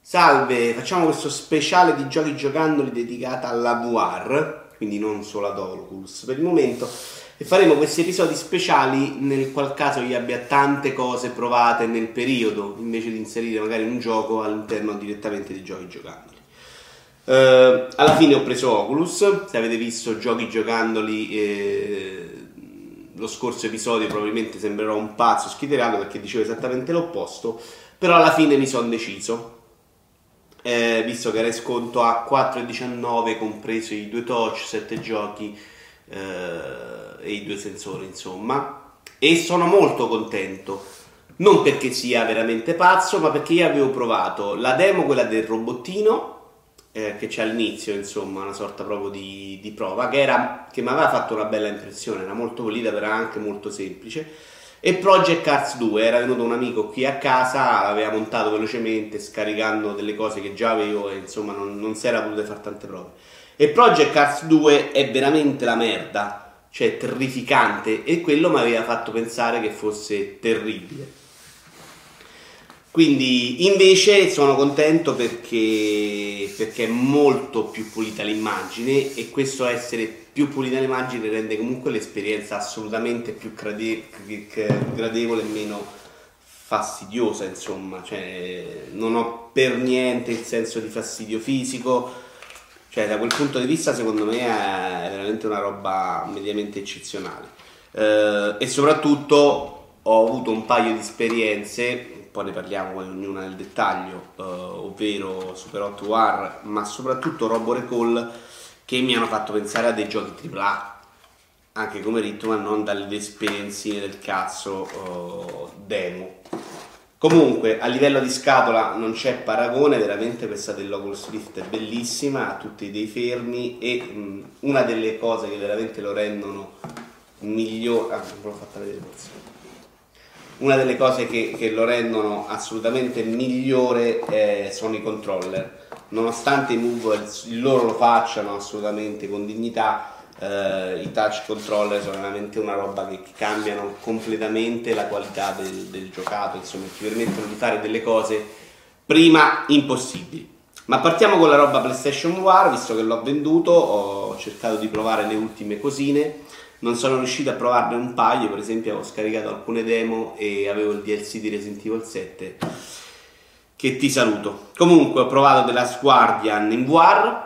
Salve, facciamo questo speciale di giochi giocandoli dedicata alla VR, quindi non solo ad Oculus per il momento, e faremo questi episodi speciali nel qual caso io abbia tante cose provate nel periodo, invece di inserire magari un gioco all'interno direttamente di giochi giocandoli. Alla fine ho preso Oculus, se avete visto giochi giocandoli lo scorso episodio probabilmente sembrerò un pazzo schitterato perché dicevo esattamente l'opposto, però alla fine mi sono deciso. Visto che era in sconto a 4,19 compreso i 2 touch, 7 giochi e i 2 sensori insomma, e sono molto contento, non perché sia veramente pazzo ma perché io avevo provato la demo, quella del robottino che c'è all'inizio, insomma una sorta proprio di prova che mi aveva fatto una bella impressione, era molto pulita, però era anche molto semplice. E Project Cars 2, era venuto un amico qui a casa, l'aveva montato velocemente scaricando delle cose che già avevo e insomma non si era potute fare tante prove. E Project Cars 2 è veramente la merda, cioè terrificante, e quello mi aveva fatto pensare che fosse terribile. Quindi invece sono contento perché è molto più pulita l'immagine, e questo essere più pulita l'immagine rende comunque l'esperienza assolutamente più gradevole e meno fastidiosa, insomma, cioè non ho per niente il senso di fastidio fisico, cioè da quel punto di vista secondo me è veramente una roba mediamente eccezionale. E soprattutto ho avuto un paio di esperienze, poi ne parliamo ognuna nel dettaglio, ovvero Super Hot War, ma soprattutto Robo Recall, che mi hanno fatto pensare a dei giochi AAA, anche come ritmo, ma non dalle esperienzine del cazzo demo. Comunque, a livello di scatola non c'è paragone, veramente questa dell'Oculus Rift è bellissima, ha tutti dei fermi, e una delle cose che veramente lo rendono migliore... non l'ho fatta vedere forse. Una delle cose che lo rendono assolutamente migliore sono i controller. Nonostante i move loro lo facciano assolutamente con dignità, i touch controller sono veramente una roba che cambiano completamente la qualità del giocato, insomma, ti permettono di fare delle cose prima impossibili. Ma partiamo con la roba PlayStation VR, visto che l'ho venduto, ho cercato di provare le ultime cosine. Non sono riuscito a provarne un paio, per esempio ho scaricato alcune demo e avevo il DLC di Resident Evil 7, che ti saluto. Comunque ho provato The Last Guardian in VR,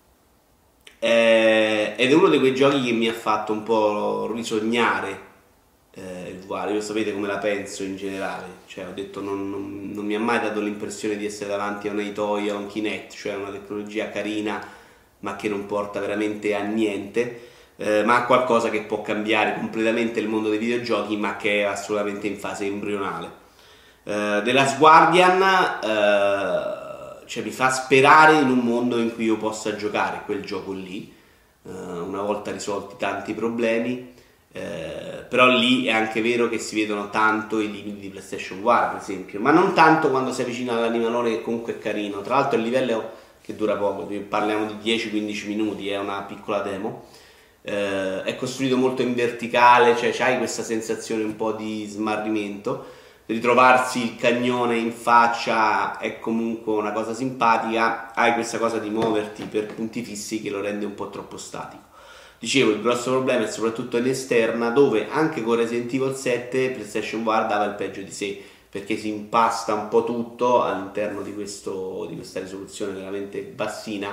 ed è uno di quei giochi che mi ha fatto un po' risognare il VR. Io sapete come la penso in generale, cioè ho detto non mi ha mai dato l'impressione di essere davanti a un Itoy o a un Kinect, cioè una tecnologia carina ma che non porta veramente a niente. Ma a qualcosa che può cambiare completamente il mondo dei videogiochi, ma che è assolutamente in fase embrionale. The Last Guardian cioè mi fa sperare in un mondo in cui io possa giocare quel gioco lì, una volta risolti tanti problemi, però lì è anche vero che si vedono tanto i limiti di PlayStation VR, per esempio, ma non tanto quando si avvicina all'animalone, che comunque è carino. Tra l'altro il livello che dura poco, parliamo di 10-15 minuti, è una piccola demo. È costruito molto in verticale, cioè c'hai questa sensazione un po' di smarrimento, ritrovarsi il cagnone in faccia è comunque una cosa simpatica, hai questa cosa di muoverti per punti fissi che lo rende un po' troppo statico. Dicevo, il grosso problema è soprattutto in esterna, dove anche con Resident Evil 7 PlayStation VR dava il peggio di sé, perché si impasta un po' tutto all'interno di questa risoluzione veramente bassina,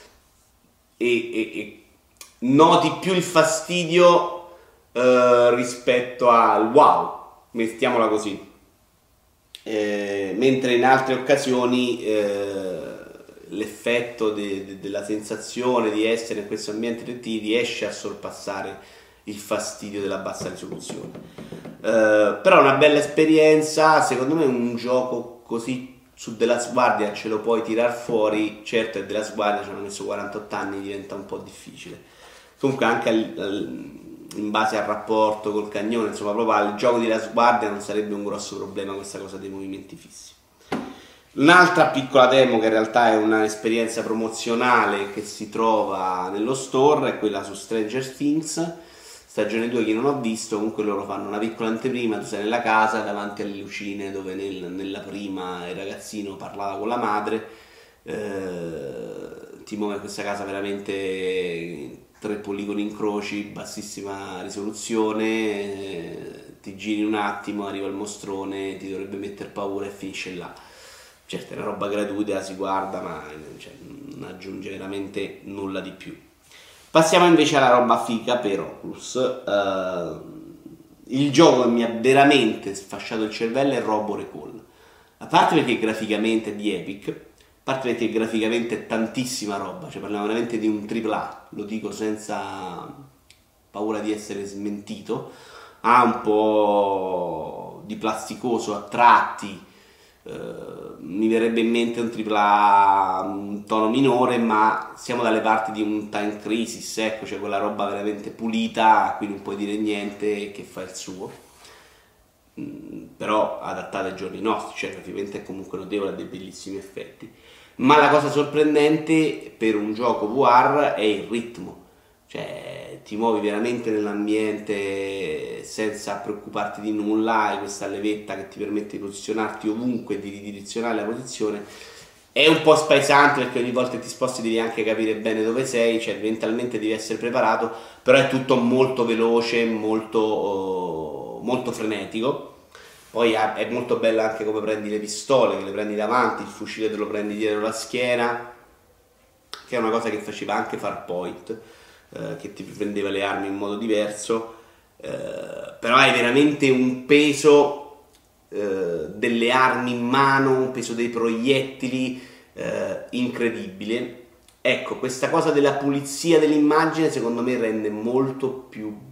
e noti più il fastidio rispetto al wow, mettiamola così, mentre in altre occasioni l'effetto della sensazione di essere in questo ambiente 3D riesce a sorpassare il fastidio della bassa risoluzione. Però è una bella esperienza, secondo me un gioco così su The Last Guardian ce lo puoi tirar fuori. Certo, The Last Guardian ci hanno messo 48 anni, diventa un po' difficile. Comunque anche in base al rapporto col cagnone, insomma proprio al gioco di Last Guardian non sarebbe un grosso problema questa cosa dei movimenti fissi. Un'altra piccola demo che in realtà è un'esperienza promozionale che si trova nello store è quella su Stranger Things. stagione 2 che non ho visto, comunque loro fanno una piccola anteprima, tu sei nella casa davanti alle lucine dove nella prima il ragazzino parlava con la madre, ti muove questa casa veramente 3 poligoni incroci, bassissima risoluzione, ti giri un attimo, arriva il mostrone, ti dovrebbe mettere paura e finisce là. Certo è una roba gratuita, si guarda, ma cioè, non aggiunge veramente nulla di più. Passiamo invece alla roba figa per Oculus. Il gioco che mi ha veramente sfasciato il cervello è Robo Recall. A parte perché graficamente è di Epic, a parte perché graficamente è tantissima roba, cioè parliamo veramente di un AAA, lo dico senza paura di essere smentito. Ha un po' di plasticoso a tratti, mi verrebbe in mente un AAA un tono minore, ma siamo dalle parti di un Time Crisis, ecco, cioè quella roba veramente pulita, qui non puoi dire niente, che fa il suo, però adattata ai giorni nostri, cioè ovviamente è comunque notevole, ha dei bellissimi effetti. Ma la cosa sorprendente per un gioco VR è il ritmo, cioè ti muovi veramente nell'ambiente senza preoccuparti di nulla, hai questa levetta che ti permette di posizionarti ovunque, di ridirezionare la posizione. È un po' spaesante perché ogni volta che ti sposti devi anche capire bene dove sei, cioè mentalmente devi essere preparato, però è tutto molto veloce, molto frenetico. Poi è molto bella anche come prendi le pistole, che le prendi davanti, il fucile te lo prendi dietro la schiena, che è una cosa che faceva anche Farpoint, che ti prendeva le armi in modo diverso, però hai veramente un peso delle armi in mano, un peso dei proiettili incredibile. Ecco, questa cosa della pulizia dell'immagine secondo me rende molto più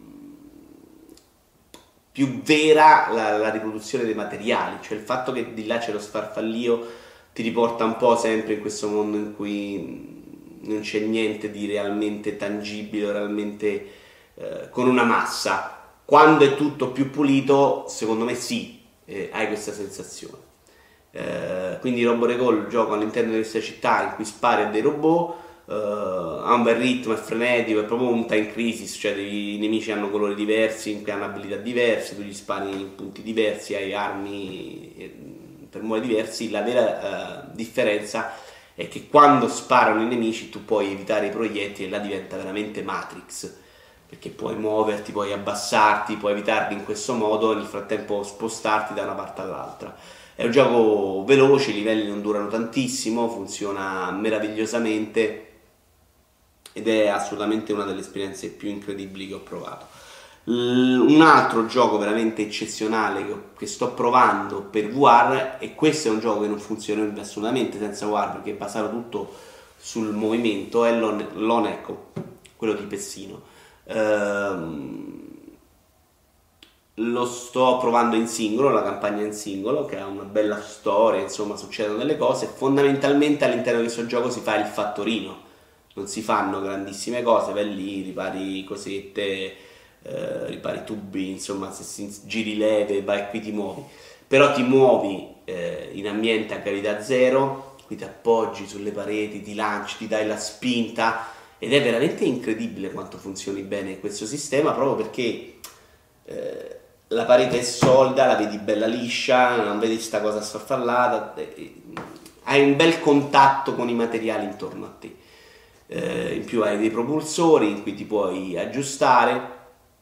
vera la riproduzione dei materiali, cioè il fatto che di là c'è lo sfarfallio ti riporta un po' sempre in questo mondo in cui non c'è niente di realmente tangibile o realmente con una massa. Quando è tutto più pulito, secondo me sì, hai questa sensazione. Quindi Robo Recall, gioco all'interno di questa città in cui spari a dei robot, ha un bel ritmo, è frenetico, è proprio un Time Crisis, cioè i nemici hanno colori diversi, hanno abilità diverse, tu gli spari in punti diversi, hai armi per modi diversi. La vera differenza è che quando sparano i nemici tu puoi evitare i proiettili e là diventa veramente Matrix, perché puoi muoverti, puoi abbassarti, puoi evitarli in questo modo e nel frattempo spostarti da una parte all'altra. È un gioco veloce, i livelli non durano tantissimo, funziona meravigliosamente ed è assolutamente una delle esperienze più incredibili che ho provato. Un altro gioco veramente eccezionale che sto provando per VR, e questo è un gioco che non funzionerebbe assolutamente senza VR perché è basato tutto sul movimento, è Lone Echo, quello di Pessino. Lo sto provando in singolo, la campagna in singolo, che ha una bella storia, insomma succedono delle cose. Fondamentalmente all'interno di questo gioco si fa il fattorino, non si fanno grandissime cose, vai lì, ripari cosette, ripari tubi, insomma se giri leve, vai qui ti muovi, però ti muovi in ambiente a gravità zero, qui ti appoggi sulle pareti, ti lanci, ti dai la spinta ed è veramente incredibile quanto funzioni bene questo sistema, proprio perché la parete è solida, la vedi bella liscia, non vedi sta cosa sfarfallata, hai un bel contatto con i materiali intorno a te. In più hai dei propulsori in cui ti puoi aggiustare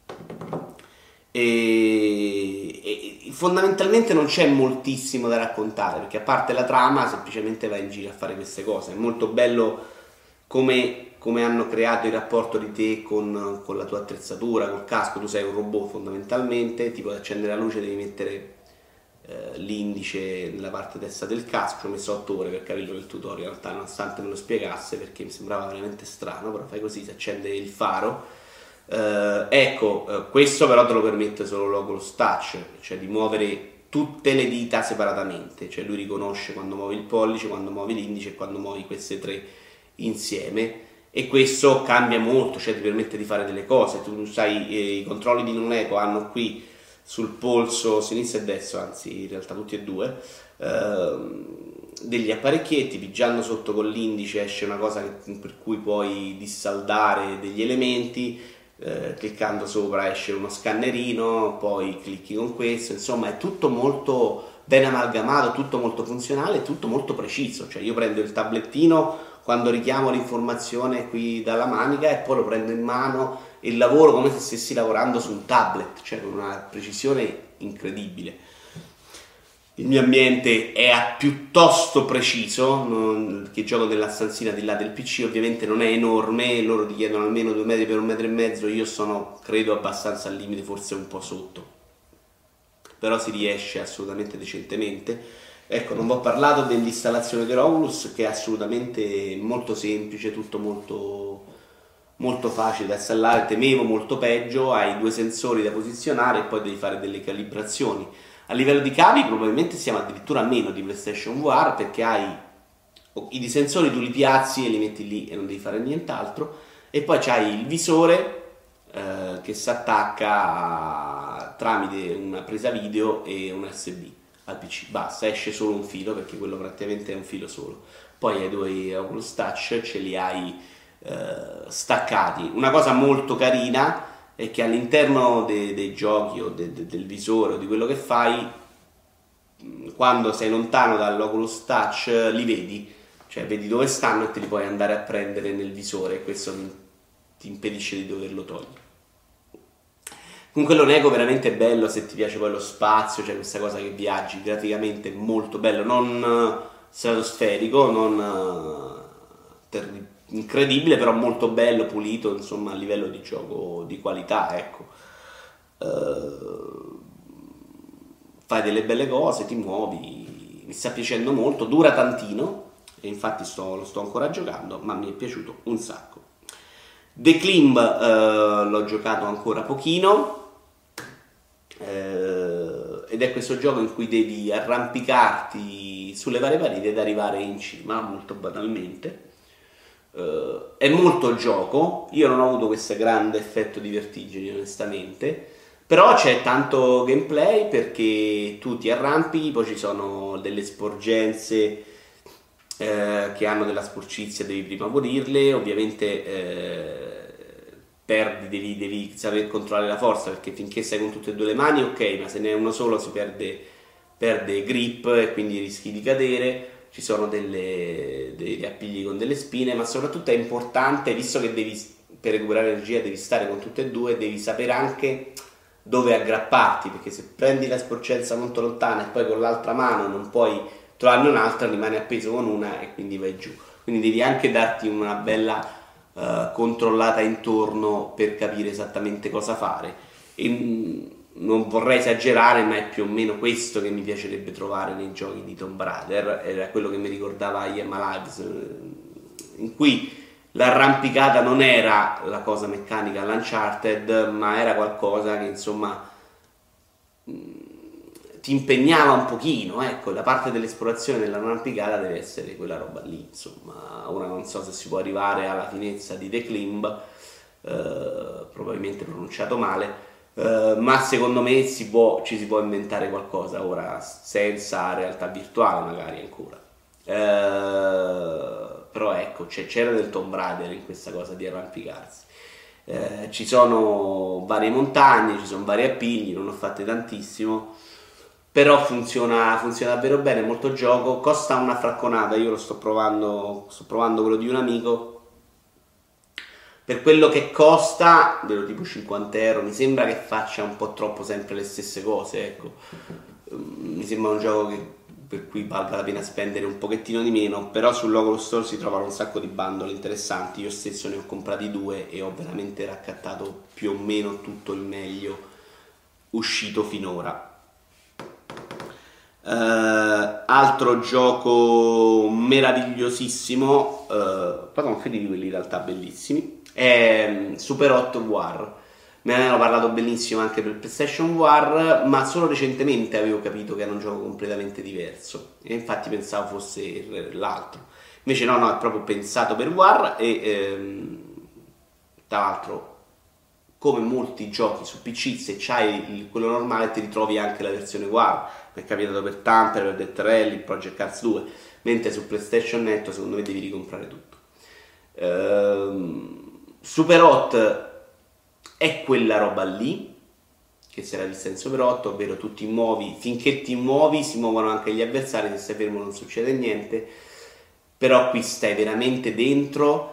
e fondamentalmente non c'è moltissimo da raccontare perché a parte la trama semplicemente vai in giro a fare queste cose. È molto bello come hanno creato il rapporto di te con la tua attrezzatura, col casco. Tu sei un robot fondamentalmente, ti puoi accendere la luce, devi mettere l'indice nella parte destra del casco. Ci ho messo 8 ore per capirlo nel tutorial, in realtà nonostante me lo spiegasse perché mi sembrava veramente strano, però fai così, si accende il faro. Questo però te lo permette solo l'Oculus Touch, cioè di muovere tutte le dita separatamente, cioè lui riconosce quando muovi il pollice, quando muovi l'indice e quando muovi queste 3 insieme, e questo cambia molto, cioè ti permette di fare delle cose. Tu sai, i controlli di Lone Echo hanno qui sul polso sinistro e destro, anzi in realtà tutti e due, degli apparecchietti, pigiando sotto con l'indice esce una cosa per cui puoi dissaldare degli elementi, cliccando sopra esce uno scannerino, poi clicchi con questo, insomma è tutto molto ben amalgamato, tutto molto funzionale, tutto molto preciso. Cioè io prendo il tablettino quando richiamo l'informazione qui dalla manica e poi lo prendo in mano e lavoro come se stessi lavorando su un tablet, cioè con una precisione incredibile. Il mio ambiente è piuttosto preciso, che gioco nella stanzina di là del PC, ovviamente non è enorme, loro ti chiedono almeno 2 metri per 1,5 metri, io sono credo abbastanza al limite, forse un po' sotto, però si riesce assolutamente decentemente. Ecco, non vi ho parlato dell'installazione dell'Oculus, che è assolutamente molto semplice, tutto molto facile da installare, temevo molto peggio, hai 2 sensori da posizionare e poi devi fare delle calibrazioni. A livello di cavi probabilmente siamo addirittura a meno di PlayStation VR, perché hai i sensori, tu li piazzi e li metti lì e non devi fare nient'altro, e poi c'hai il visore che si attacca tramite una presa video e un USB al PC, basta, esce solo un filo perché quello praticamente è un filo solo. Poi hai 2 Oculus Touch, ce li hai staccati. Una cosa molto carina è che all'interno dei giochi o del visore o di quello che fai, quando sei lontano dall'Oculus Touch li vedi, cioè vedi dove stanno e te li puoi andare a prendere nel visore, e questo ti impedisce di doverlo togliere. Comunque lo nego, veramente bello, se ti piace poi lo spazio, cioè questa cosa che viaggi, graficamente molto bello, non stratosferico, non incredibile, però molto bello, pulito, insomma a livello di gioco di qualità, ecco. Fai delle belle cose, ti muovi, mi sta piacendo molto, dura tantino e infatti lo sto ancora giocando, ma mi è piaciuto un sacco. The Climb l'ho giocato ancora pochino, ed è questo gioco in cui devi arrampicarti sulle varie pareti ed arrivare in cima, molto banalmente. È molto gioco, io non ho avuto questo grande effetto di vertigine onestamente, però c'è tanto gameplay perché tu ti arrampichi, poi ci sono delle sporgenze che hanno della sporcizia, devi prima pulirle, ovviamente devi saper controllare la forza, perché finché sei con tutte e 2 le mani ok, ma se ne è uno solo si perde grip e quindi rischi di cadere. Ci sono degli appigli con delle spine, ma soprattutto è importante, visto che per recuperare energia devi stare con tutte e 2, devi sapere anche dove aggrapparti, perché se prendi la sporcenza molto lontana e poi con l'altra mano non puoi trovarne un'altra, rimani appeso con una e quindi vai giù. Quindi devi anche darti una bella controllata intorno per capire esattamente cosa fare. E non vorrei esagerare, ma è più o meno questo che mi piacerebbe trovare nei giochi di Tomb Raider. Era quello che mi ricordava I Am Alive, in cui l'arrampicata non era la cosa meccanica all'Uncharted, ma era qualcosa che insomma ti impegnava un pochino, ecco. La parte dell'esplorazione dell'arrampicata deve essere quella roba lì, insomma. Ora non so se si può arrivare alla finezza di The Climb, probabilmente pronunciato male, ma secondo me ci si può inventare qualcosa ora senza realtà virtuale magari ancora, però ecco, c'era del Tomb Raider in questa cosa di arrampicarsi. Ci sono varie montagne, ci sono vari appigli, non ho fatte tantissimo, però funziona davvero bene, molto gioco, costa una fracconata, io sto provando quello di un amico. Per quello che costa, vedo tipo 50 euro, mi sembra che faccia un po' troppo sempre le stesse cose, ecco. Mi sembra un gioco per cui valga la pena spendere un pochettino di meno, però sull'Oculus Store si trovano un sacco di bundle interessanti, io stesso ne ho comprati 2 e ho veramente raccattato più o meno tutto il meglio uscito finora. Altro gioco meravigliosissimo, poi sono finiti quelli in realtà bellissimi, è Super Hot War. Me ne hanno parlato benissimo anche per PlayStation VR, ma solo recentemente avevo capito che era un gioco completamente diverso e infatti pensavo fosse l'altro, invece no, è proprio pensato per VR e tra l'altro, come molti giochi su PC, se c'hai quello normale ti ritrovi anche la versione VR. Mi è capitato per Tamper, per Death Rally, Project Cars 2, mentre su PlayStation Network secondo me devi ricomprare tutto. Super Hot è quella roba lì che si era vista in Super 8, ovvero tu ti muovi, finché ti muovi si muovono anche gli avversari, se stai fermo non succede niente, però qui stai veramente dentro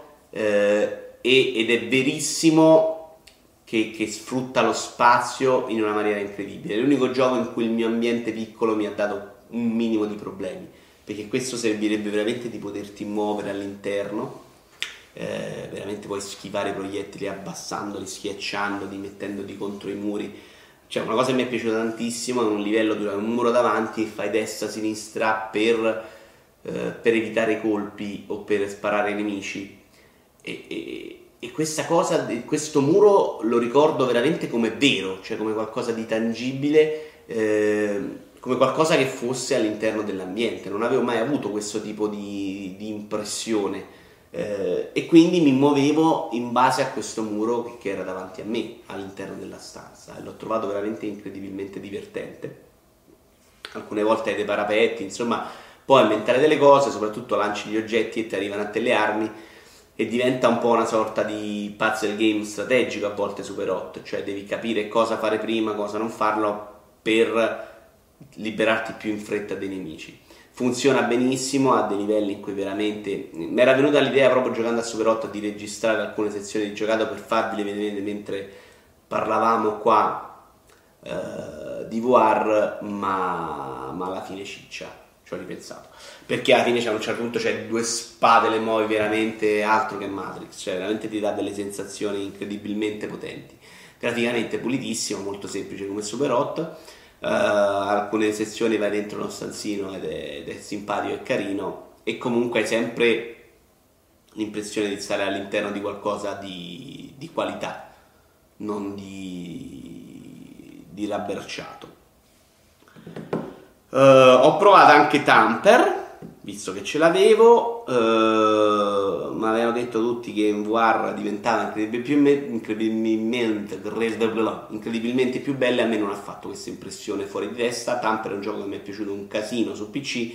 ed è verissimo che sfrutta lo spazio in una maniera incredibile. È l'unico gioco in cui il mio ambiente piccolo mi ha dato un minimo di problemi, perché questo servirebbe veramente di poterti muovere all'interno, veramente puoi schivare i proiettili abbassandoli, schiacciandoli, mettendoti contro i muri. Cioè, una cosa che mi è piaciuta tantissimo è un livello dove hai un muro davanti e fai destra-sinistra per evitare i colpi o per sparare ai nemici. E questa cosa, questo muro lo ricordo veramente come vero, cioè come qualcosa di tangibile, come qualcosa che fosse all'interno dell'ambiente. Non avevo mai avuto questo tipo di impressione. E quindi mi muovevo in base a questo muro che era davanti a me all'interno della stanza, e l'ho trovato veramente incredibilmente divertente. Alcune volte hai dei parapetti, insomma puoi inventare delle cose, soprattutto lanci gli oggetti e ti arrivano a te le armi, e diventa un po' una sorta di puzzle game strategico a volte Super 8, cioè devi capire cosa fare prima, cosa non farlo per liberarti più in fretta dei nemici. Funziona benissimo a dei livelli in cui veramente mi era venuta l'idea proprio giocando a Super 8 di registrare alcune sezioni di giocato per farvele vedere mentre parlavamo qua di VR, ma alla fine ciccia, ci ho ripensato, perché alla fine a un certo punto c'è due spade, le muovi veramente altro che Matrix, cioè veramente ti dà delle sensazioni incredibilmente potenti, graficamente pulitissimo, molto semplice come Super 8. Alcune sezioni vai dentro uno stanzino ed è simpatico e carino, e comunque hai sempre l'impressione di stare all'interno di qualcosa di qualità, non di rabberciato. Ho provato anche Tamper, visto che ce l'avevo, mi avevano detto tutti che in VR diventava incredibilmente più belle. A me non ha fatto questa impressione fuori di testa. Tamper è un gioco che mi è piaciuto un casino su PC,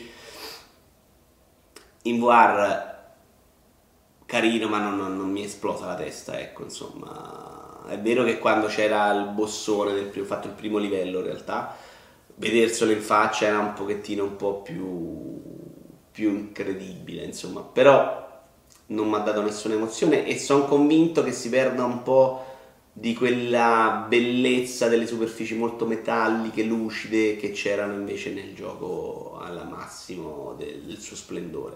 in VR carino, ma non mi è esplosa la testa, ecco, insomma. È vero che quando c'era il bossone ho fatto il primo livello, in realtà vederselo in faccia era un pochettino un po' più incredibile, insomma, però non mi ha dato nessuna emozione, e sono convinto che si perda un po' di quella bellezza delle superfici molto metalliche, lucide, che c'erano invece nel gioco al massimo del suo splendore.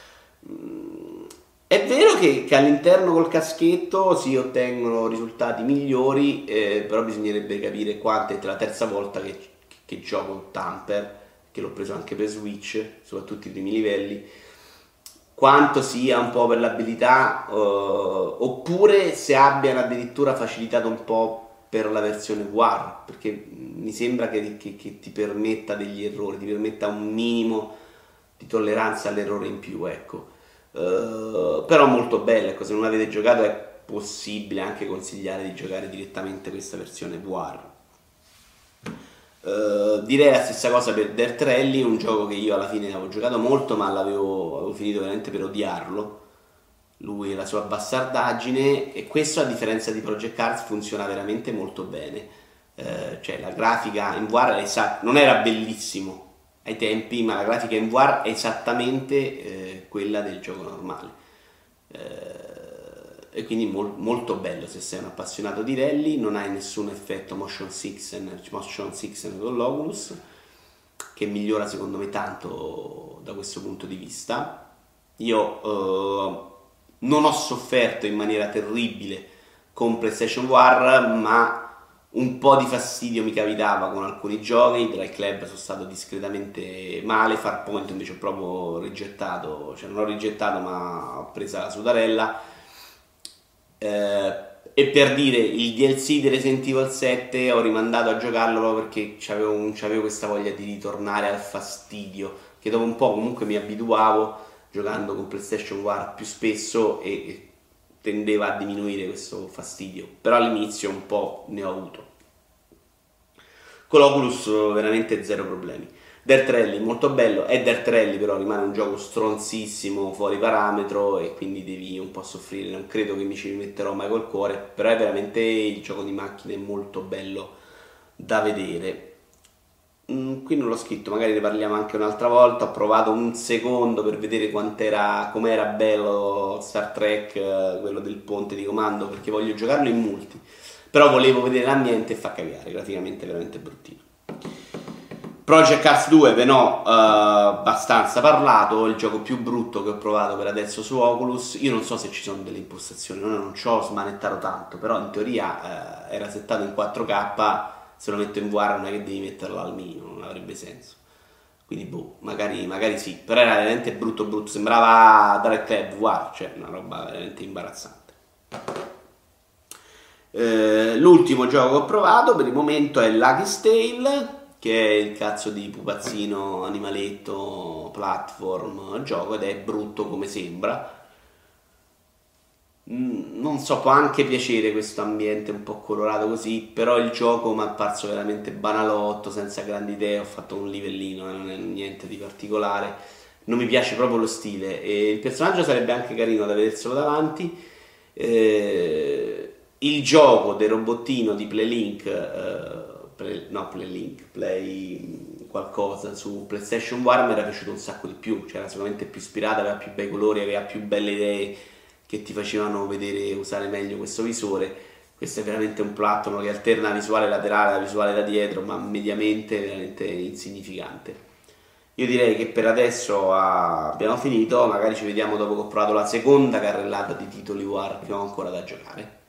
È vero che all'interno col caschetto si ottengono risultati migliori, però bisognerebbe capire quanto. È la terza volta che gioco Tamper, che l'ho preso anche per Switch, soprattutto i primi livelli, quanto sia un po' per l'abilità, oppure se abbiano addirittura facilitato un po' per la versione VR, perché mi sembra che ti permetta degli errori, ti permetta un minimo di tolleranza all'errore in più, ecco. Però molto bella, ecco, se non avete giocato è possibile anche consigliare di giocare direttamente questa versione VR. Direi la stessa cosa per Dirt Rally, un gioco che io alla fine avevo giocato molto, ma avevo finito veramente per odiarlo, lui e la sua bastardaggine, e questo, a differenza di Project Cars, funziona veramente molto bene. Cioè la grafica in VR non era bellissimo ai tempi, ma la grafica in VR è esattamente quella del gioco normale, e quindi molto bello se sei un appassionato di rally. Non hai nessun effetto motion sickness con l'Oculus, che migliora secondo me tanto da questo punto di vista. Io non ho sofferto in maniera terribile con PlayStation VR, ma un po' di fastidio mi capitava con alcuni giochi. Drive Club sono stato discretamente male, Farpoint invece ho proprio rigettato, cioè non ho rigettato ma ho presa la sudarella. E per dire, il DLC di Resident Evil 7 ho rimandato a giocarlo proprio perché c'avevo questa voglia di ritornare al fastidio, che dopo un po' comunque mi abituavo giocando con PlayStation VR più spesso, e tendeva a diminuire questo fastidio, però all'inizio un po' ne ho avuto. Con l'Oculus veramente zero problemi. Dirt Rally molto bello, è Dirt Rally però rimane un gioco stronzissimo, fuori parametro e quindi devi un po' soffrire, non credo che mi ci metterò mai col cuore, però è veramente il gioco di macchine molto bello da vedere. Qui non l'ho scritto, magari ne parliamo anche un'altra volta, ho provato un secondo per vedere com'era bello Star Trek, quello del ponte di comando, perché voglio giocarlo in multi, però volevo vedere l'ambiente e fa cagare, graficamente è veramente bruttino. Project Cars 2 ve ne ho abbastanza parlato, il gioco più brutto che ho provato per adesso su Oculus. Io non so se ci sono delle impostazioni, non ci ho smanettato tanto, però in teoria era settato in 4K, se lo metto in VR non è che devi metterlo al minimo, non avrebbe senso. Quindi boh, magari sì, però era veramente brutto brutto, sembrava Drive Club VR, cioè una roba veramente imbarazzante. L'ultimo gioco che ho provato per il momento è Lucky's Tale, che è il cazzo di pupazzino, animaletto, platform gioco, ed è brutto come sembra. Non so, può anche piacere questo ambiente un po' colorato così, però il gioco mi è apparso veramente banalotto, senza grandi idee, ho fatto un livellino, non è niente di particolare, non mi piace proprio lo stile e il personaggio sarebbe anche carino da vederselo davanti. Il gioco del robottino di Playlink, Play qualcosa su PlayStation One mi era piaciuto un sacco di più, c'era sicuramente più ispirata, aveva più bei colori, aveva più belle idee che ti facevano vedere usare meglio questo visore. Questo è veramente un platform che alterna la visuale laterale alla visuale da dietro, ma mediamente veramente insignificante. Io direi che per adesso abbiamo finito, magari ci vediamo dopo che ho provato la seconda carrellata di titoli War che ho ancora da giocare.